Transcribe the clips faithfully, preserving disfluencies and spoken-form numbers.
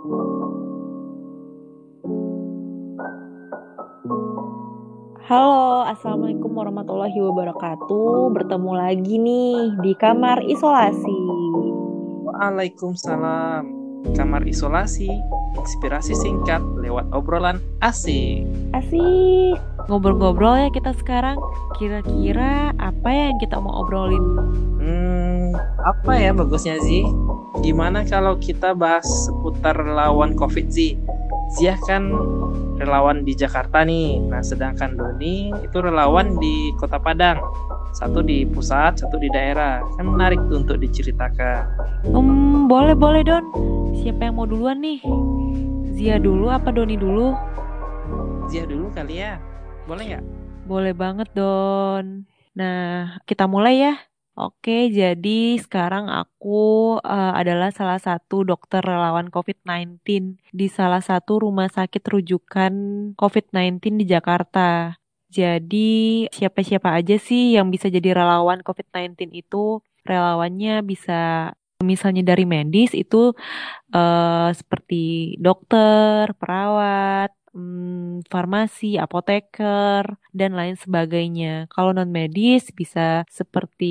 Halo, Assalamualaikum warahmatullahi wabarakatuh. Bertemu lagi nih di kamar isolasi. Waalaikumsalam. Kamar isolasi, inspirasi singkat lewat obrolan asik. Asik. Ngobrol-ngobrol ya kita sekarang. Kira-kira apa ya yang kita mau obrolin? Hmm, apa ya bagusnya Zi? Gimana kalau kita bahas seputar relawan COVID Zi? Zia kan relawan di Jakarta nih. Nah, sedangkan Doni itu relawan di Kota Padang. Satu di pusat, satu di daerah. Kan menarik tuh untuk diceritakan. Hmm, boleh-boleh Don. Siapa yang mau duluan nih? Zia dulu apa Doni dulu? Zia dulu kali ya. Boleh nggak? Boleh banget Don. Nah, kita mulai ya. Oke, jadi sekarang aku eh, adalah salah satu dokter relawan covid sembilan belas di salah satu rumah sakit rujukan covid sembilan belas di Jakarta. Jadi siapa-siapa aja sih yang bisa jadi relawan covid sembilan belas itu? Relawannya bisa misalnya dari medis itu eh, seperti dokter, perawat, mm, farmasi, apoteker, dan lain sebagainya. Kalau non medis bisa seperti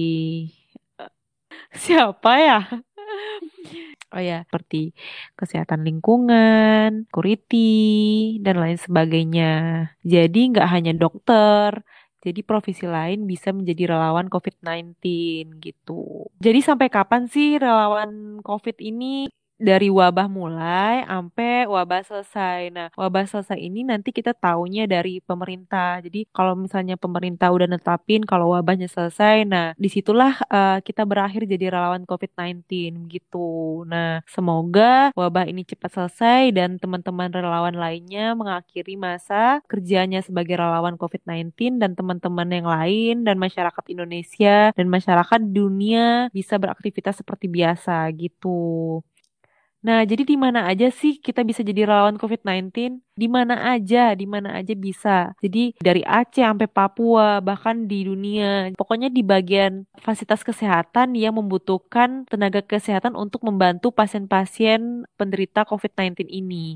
siapa ya? Oh ya, seperti kesehatan lingkungan, security, dan lain sebagainya. Jadi nggak hanya dokter, jadi profesi lain bisa menjadi relawan covid sembilan belas gitu. Jadi sampai kapan sih relawan COVID ini? Dari wabah mulai sampai wabah selesai. Nah, wabah selesai ini nanti kita taunya dari pemerintah. Jadi kalau misalnya pemerintah udah netapin kalau wabahnya selesai, nah disitulah eh, kita berakhir jadi relawan covid sembilan belas gitu. Nah, semoga wabah ini cepat selesai dan teman-teman relawan lainnya mengakhiri masa kerjanya sebagai relawan covid sembilan belas dan teman-teman yang lain dan masyarakat Indonesia dan masyarakat dunia bisa beraktivitas seperti biasa gitu. Nah, jadi di mana aja sih kita bisa jadi relawan covid sembilan belas? Di mana aja, di mana aja bisa. Jadi dari Aceh sampai Papua, bahkan di dunia. Pokoknya di bagian fasilitas kesehatan yang membutuhkan tenaga kesehatan untuk membantu pasien-pasien penderita covid sembilan belas ini.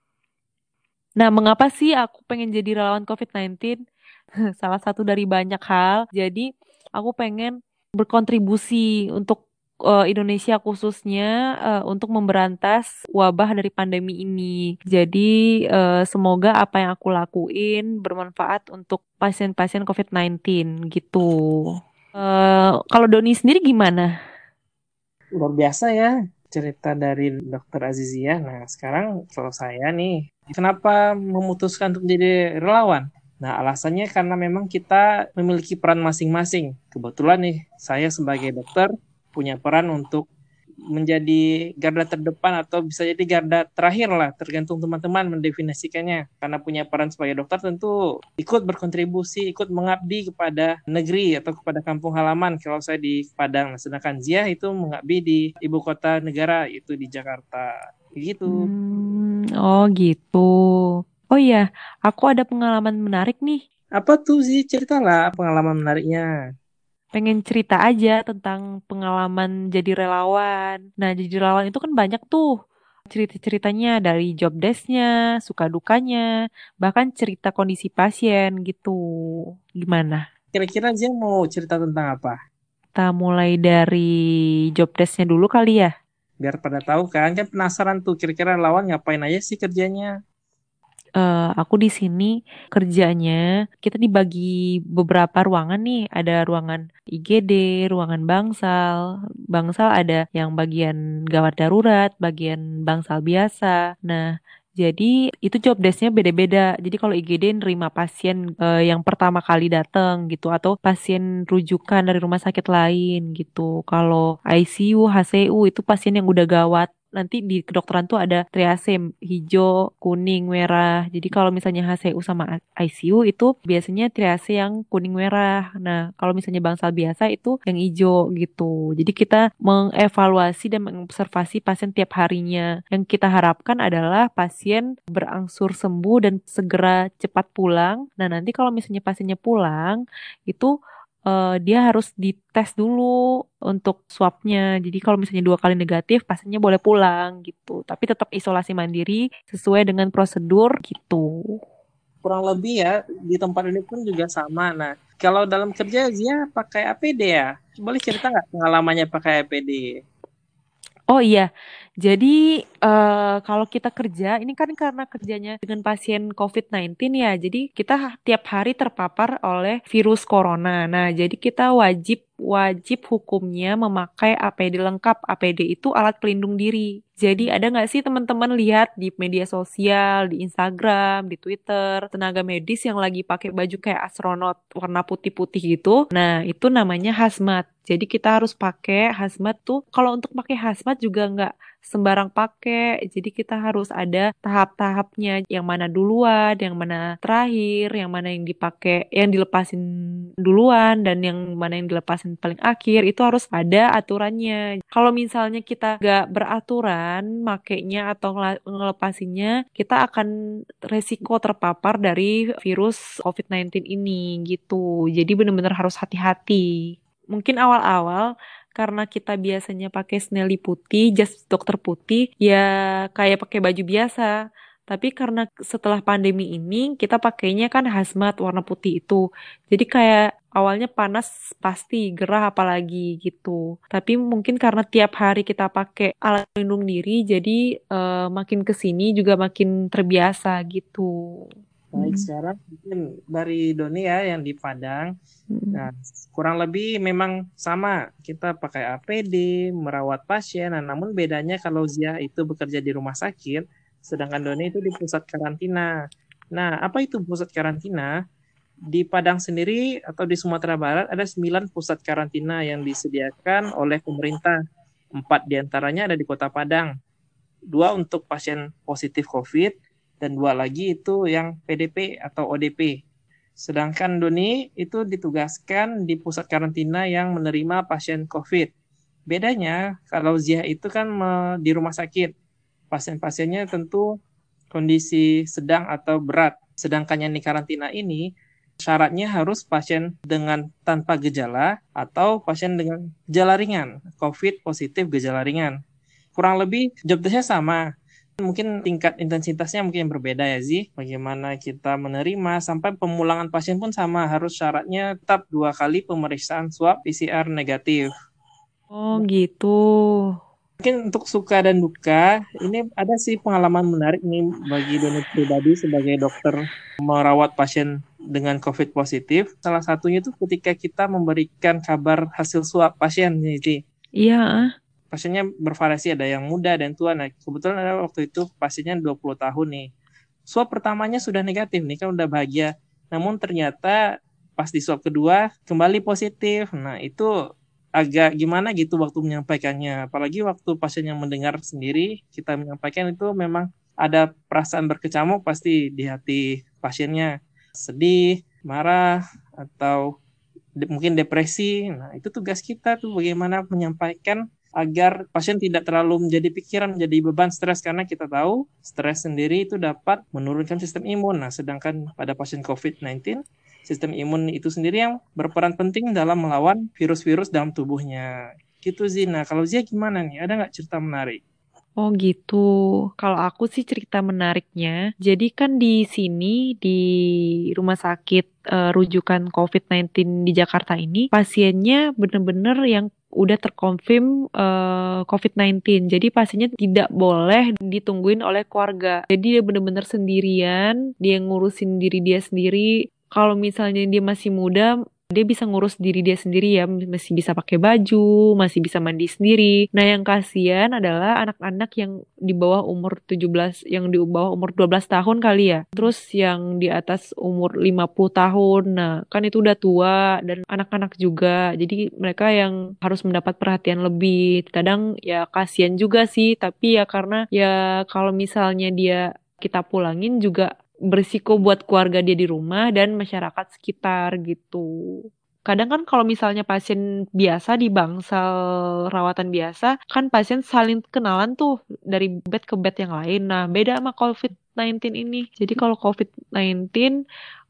Nah, mengapa sih aku pengen jadi relawan covid sembilan belas? Salah satu dari banyak hal. Jadi, aku pengen berkontribusi untuk eh, Indonesia khususnya eh, untuk memberantas wabah dari pandemi ini. Jadi, eh, semoga apa yang aku lakuin bermanfaat untuk pasien-pasien covid sembilan belas gitu. Eh, kalau Doni sendiri gimana? Luar biasa ya cerita dari dokter Azizia. Nah, sekarang kalau saya nih, kenapa memutuskan untuk jadi relawan? Nah, alasannya karena memang kita memiliki peran masing-masing. Kebetulan nih, saya sebagai dokter punya peran untuk menjadi garda terdepan atau bisa jadi garda terakhir lah, tergantung teman-teman mendefinisikannya. Karena punya peran sebagai dokter tentu ikut berkontribusi, ikut mengabdi kepada negeri atau kepada kampung halaman kalau saya di Padang. Sedangkan Zia itu mengabdi di ibu kota negara, yaitu di Jakarta. Gitu. Hmm, oh gitu. Oh iya, aku ada pengalaman menarik nih. Apa tuh sih? Ceritalah pengalaman menariknya. Pengen cerita aja tentang pengalaman jadi relawan. Nah, jadi relawan itu kan banyak tuh cerita-ceritanya dari job desk-nya, suka dukanya, bahkan cerita kondisi pasien gitu. Gimana? Kira-kira Zia mau cerita tentang apa? Kita mulai dari job desk-nya dulu kali ya. Biar pada tahu kan, kan penasaran tuh kira-kira lawan ngapain aja sih kerjanya. Eh, aku di sini kerjanya kita dibagi beberapa ruangan nih. Ada ruangan I G D, ruangan bangsal. Bangsal ada yang bagian gawat darurat, bagian bangsal biasa. Nah, jadi itu job desk-nya beda-beda. Jadi kalau I G D nerima pasien eh, yang pertama kali datang gitu atau pasien rujukan dari rumah sakit lain gitu. Kalau I C U, H C U itu pasien yang udah gawat. Nanti di kedokteran tuh ada triase hijau, kuning, merah. Jadi kalau misalnya H C U sama I C U itu biasanya triase yang kuning merah. Nah, kalau misalnya bangsal biasa itu yang hijau gitu. Jadi kita mengevaluasi dan mengobservasi pasien tiap harinya. Yang kita harapkan adalah pasien berangsur sembuh dan segera cepat pulang. Nah, nanti kalau misalnya pasiennya pulang itu eh, dia harus dites dulu untuk swabnya. Jadi kalau misalnya dua kali negatif, pastinya boleh pulang gitu. Tapi tetap isolasi mandiri sesuai dengan prosedur gitu. Kurang lebih ya di tempat ini pun juga sama. Nah, kalau dalam kerja dia pakai A P D ya? Boleh cerita nggak pengalamannya pakai A P D? Oh iya, jadi eh, kalau kita kerja, ini kan karena kerjanya dengan pasien covid sembilan belas ya, jadi kita ha- tiap hari terpapar oleh virus corona. Nah, jadi kita wajib wajib hukumnya memakai A P D lengkap. A P D itu alat pelindung diri. Jadi ada nggak sih teman-teman lihat di media sosial, di Instagram, di Twitter, tenaga medis yang lagi pakai baju kayak astronot warna putih-putih gitu? Nah, itu namanya hazmat. Jadi kita harus pakai hazmat tuh. Kalau untuk pakai hazmat juga nggak sembarang pakai. Jadi kita harus ada tahap-tahapnya. Yang mana duluan, yang mana terakhir, yang mana yang dipakai, yang dilepasin duluan, dan yang mana yang dilepasin paling akhir. Itu harus ada aturannya. Kalau misalnya kita nggak beraturan makainya atau ngela- ngelepasinnya, kita akan resiko terpapar dari virus covid sembilan belas ini gitu. Jadi benar-benar harus hati-hati. Mungkin awal-awal karena kita biasanya pakai Snelly putih, jas dokter putih, ya kayak pakai baju biasa. Tapi karena setelah pandemi ini kita pakainya kan hazmat warna putih itu. Jadi kayak awalnya panas pasti, gerah apalagi gitu. Tapi mungkin karena tiap hari kita pakai alat pelindung diri, jadi eh, makin kesini juga makin terbiasa gitu. Baik, Mm, sekarang mungkin dari Doni ya yang di Padang. Nah, mm. kurang lebih memang sama. Kita pakai A P D, merawat pasien. Nah, namun bedanya kalau Zia itu bekerja di rumah sakit, sedangkan Doni itu di pusat karantina. Nah, apa itu pusat karantina? Di Padang sendiri atau di Sumatera Barat ada sembilan pusat karantina yang disediakan oleh pemerintah. Empat diantaranya ada di Kota Padang. Dua untuk pasien positif COVID, dan dua lagi itu yang P D P atau O D P. Sedangkan Doni itu ditugaskan di pusat karantina yang menerima pasien COVID. Bedanya, kalau Zia itu kan di rumah sakit. Pasien-pasiennya tentu kondisi sedang atau berat. Sedangkan yang di karantina ini, syaratnya harus pasien dengan tanpa gejala atau pasien dengan gejala ringan, COVID positif gejala ringan. Kurang lebih job desk-nya sama. Mungkin tingkat intensitasnya mungkin berbeda ya Zi. Bagaimana kita menerima sampai pemulangan pasien pun sama. Harus syaratnya tetap dua kali pemeriksaan swab P C R negatif. Oh gitu. Mungkin untuk suka dan duka, ini ada sih pengalaman menarik nih bagi Doni pribadi sebagai dokter merawat pasien dengan COVID positif. Salah satunya itu ketika kita memberikan kabar hasil swab pasien nih, Zi. Iya, ah. Pasiennya bervariasi, ada yang muda dan tua. Nah, kebetulan ada waktu itu pasiennya dua puluh tahun nih. Swab pertamanya sudah negatif nih, kan udah bahagia. Namun ternyata pas di swab kedua kembali positif. Nah, itu agak gimana gitu waktu menyampaikannya. Apalagi waktu pasien yang mendengar sendiri, kita menyampaikan itu memang ada perasaan berkecamuk pasti di hati pasiennya. Sedih, marah, atau de- mungkin depresi. Nah, itu tugas kita tuh bagaimana menyampaikan agar pasien tidak terlalu menjadi pikiran, menjadi beban stres karena kita tahu stres sendiri itu dapat menurunkan sistem imun. Nah, sedangkan pada pasien COVID sembilan belas, sistem imun itu sendiri yang berperan penting dalam melawan virus-virus dalam tubuhnya. Gitu Zina. Kalau Zia gimana nih? Ada nggak cerita menarik? Oh gitu. Kalau aku sih cerita menariknya, jadi kan di sini di rumah sakit eh, rujukan covid sembilan belas di Jakarta ini, pasiennya bener-bener yang udah terkonfirm eh, covid sembilan belas. Jadi pasiennya tidak boleh ditungguin oleh keluarga. Jadi dia bener-bener sendirian, dia ngurusin diri dia sendiri. Kalau misalnya dia masih muda, dia bisa ngurus diri dia sendiri ya, masih bisa pakai baju, masih bisa mandi sendiri. Nah, yang kasihan adalah anak-anak yang di bawah umur tujuh belas, yang di bawah umur dua belas tahun kali ya. Terus yang di atas umur lima puluh tahun. Nah, kan itu udah tua dan anak-anak juga. Jadi mereka yang harus mendapat perhatian lebih. Kadang ya kasihan juga sih, tapi ya karena ya kalau misalnya dia kita pulangin juga berisiko buat keluarga dia di rumah dan masyarakat sekitar gitu. Kadang kan kalau misalnya pasien biasa di bangsal rawatan biasa, kan pasien saling kenalan tuh dari bed ke bed yang lain. Nah, beda sama covid sembilan belas ini. Jadi kalau covid sembilan belas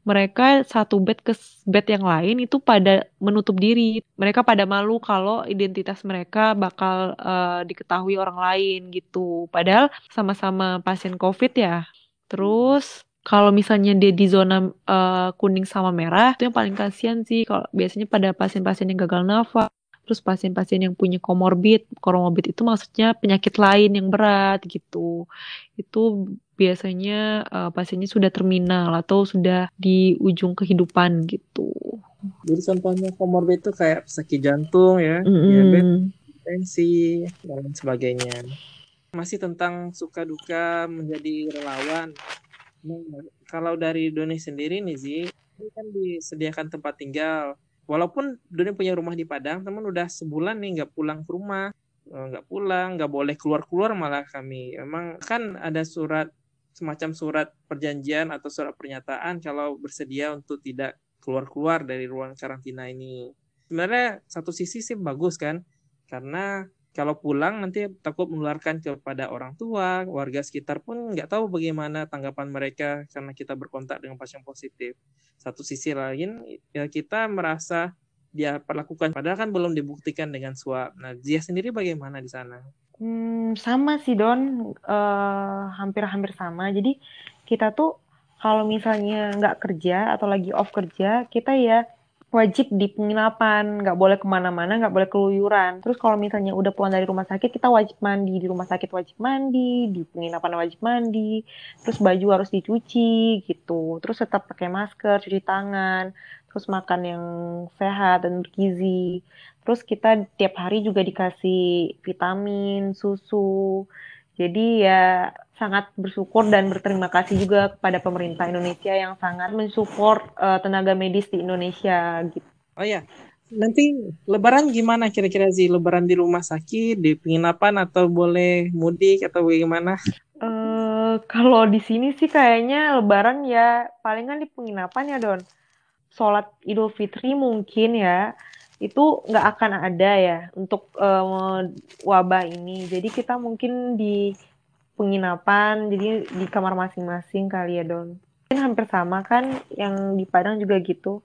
mereka satu bed ke bed yang lain itu pada menutup diri. Mereka pada malu kalau identitas mereka bakal uh, diketahui orang lain gitu. Padahal sama-sama pasien COVID ya. Terus kalau misalnya dia di zona uh, kuning sama merah, itu yang paling kasihan sih. Kalau biasanya pada pasien-pasien yang gagal nafas, terus pasien-pasien yang punya komorbid. Komorbid itu maksudnya penyakit lain yang berat gitu. Itu biasanya uh, pasiennya sudah terminal atau sudah di ujung kehidupan gitu. Jadi contohnya komorbid itu kayak sakit jantung ya, Mm-mm. diabetes, tensi, dan lain sebagainya. Masih tentang suka duka menjadi relawan. Nah, kalau dari Doni sendiri nih Zi, ini kan disediakan tempat tinggal. Walaupun Doni punya rumah di Padang, teman udah sebulan nih nggak pulang ke rumah, nggak pulang, nggak boleh keluar-keluar malah kami. Emang kan ada surat semacam surat perjanjian atau surat pernyataan kalau bersedia untuk tidak keluar-keluar dari ruang karantina ini. Sebenarnya satu sisi sih bagus kan, karena kalau pulang nanti takut menularkan kepada orang tua, warga sekitar pun nggak tahu bagaimana tanggapan mereka karena kita berkontak dengan pasien positif. Satu sisi lain, ya kita merasa dia perlakukan, padahal kan belum dibuktikan dengan swab. Nah, Zia sendiri bagaimana di sana? Hmm, sama sih Don, uh, hampir-hampir sama. Jadi kita tuh kalau misalnya nggak kerja atau lagi off kerja, kita ya wajib di penginapan, nggak boleh kemana-mana, nggak boleh keluyuran. Terus kalau misalnya udah pulang dari rumah sakit, kita wajib mandi. Di rumah sakit wajib mandi, di penginapan wajib mandi. Terus baju harus dicuci gitu. Terus tetap pakai masker, cuci tangan. Terus makan yang sehat dan bergizi. Terus kita tiap hari juga dikasih vitamin, susu. Jadi ya sangat bersyukur dan berterima kasih juga kepada pemerintah Indonesia yang sangat mensupport uh, tenaga medis di Indonesia gitu. Oh ya, nanti Lebaran gimana kira-kira sih? Lebaran di rumah sakit, di penginapan atau boleh mudik atau bagaimana? Uh, kalau di sini sih kayaknya Lebaran ya palingan di penginapan ya Don. Sholat Idul Fitri mungkin ya itu nggak akan ada ya untuk uh, wabah ini. Jadi kita mungkin di penginapan, jadi di kamar masing-masing kali ya Don. Mungkin hampir sama kan yang di Padang juga gitu.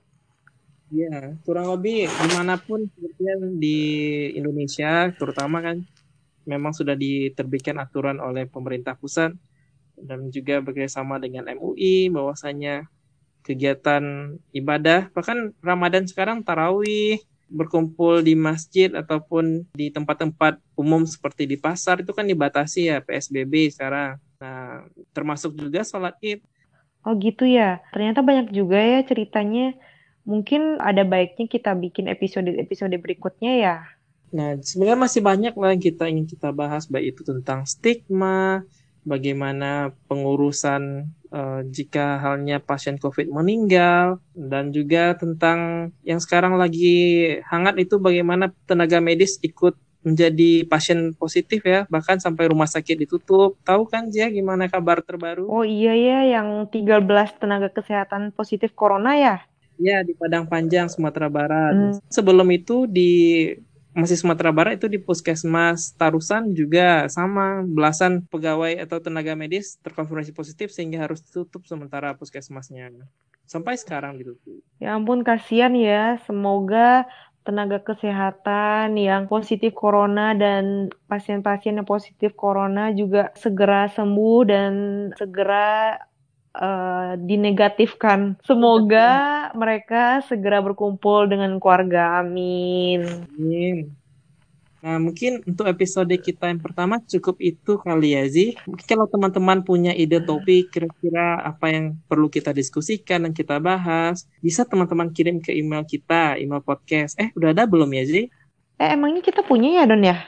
Ya, kurang lebih dimanapun di Indonesia, terutama kan memang sudah diterbitkan aturan oleh pemerintah pusat dan juga bekerjasama dengan M U I bahwasanya kegiatan ibadah, bahkan Ramadan sekarang tarawih, berkumpul di masjid ataupun di tempat-tempat umum seperti di pasar itu kan dibatasi ya P S B B sekarang. Nah, termasuk juga sholat Id. Oh gitu ya. Ternyata banyak juga ya ceritanya. Mungkin ada baiknya kita bikin episode-episode berikutnya ya. Nah, sebenarnya masih banyak lah yang kita ingin kita bahas, baik itu tentang stigma, bagaimana pengurusan uh, jika halnya pasien COVID meninggal, dan juga tentang yang sekarang lagi hangat itu bagaimana tenaga medis ikut menjadi pasien positif ya, bahkan sampai rumah sakit ditutup. Tahu kan Zia gimana kabar terbaru? Oh iya ya, yang tiga belas tenaga kesehatan positif corona ya? Ya, di Padang Panjang, Sumatera Barat. Hmm. Sebelum itu di masih Sumatera Barat itu di Puskesmas Tarusan juga sama, belasan pegawai atau tenaga medis terkonfirmasi positif sehingga harus ditutup sementara puskesmasnya. Sampai sekarang ditutup. Ya ampun, kasihan ya. Semoga tenaga kesehatan yang positif corona dan pasien-pasien yang positif corona juga segera sembuh dan segera uh, dinegatifkan. Semoga mereka segera berkumpul dengan keluarga. Amin. Amin. Nah, mungkin untuk episode kita yang pertama cukup itu kali ya, Zi. Mungkin kalau teman-teman punya ide topik, kira-kira apa yang perlu kita diskusikan dan kita bahas, bisa teman-teman kirim ke email kita, email podcast. Eh, udah ada belum ya, Zi? Eh, emangnya kita punya ya, Don ya?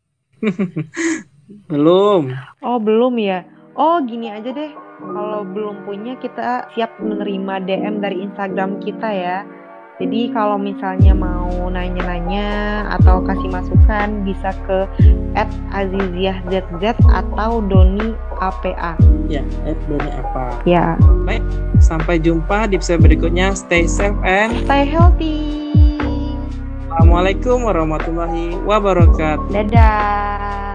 Belum. Oh, belum ya? Oh, gini aja deh. Kalau belum punya, kita siap menerima D M dari Instagram kita ya. Jadi kalau misalnya mau nanya-nanya atau kasih masukan bisa ke at aziziahzz atau doni apa. Ya, at doni apa. Ya. Baik, sampai jumpa di episode berikutnya. Stay safe and stay healthy. Assalamualaikum warahmatullahi wabarakatuh. Dadah.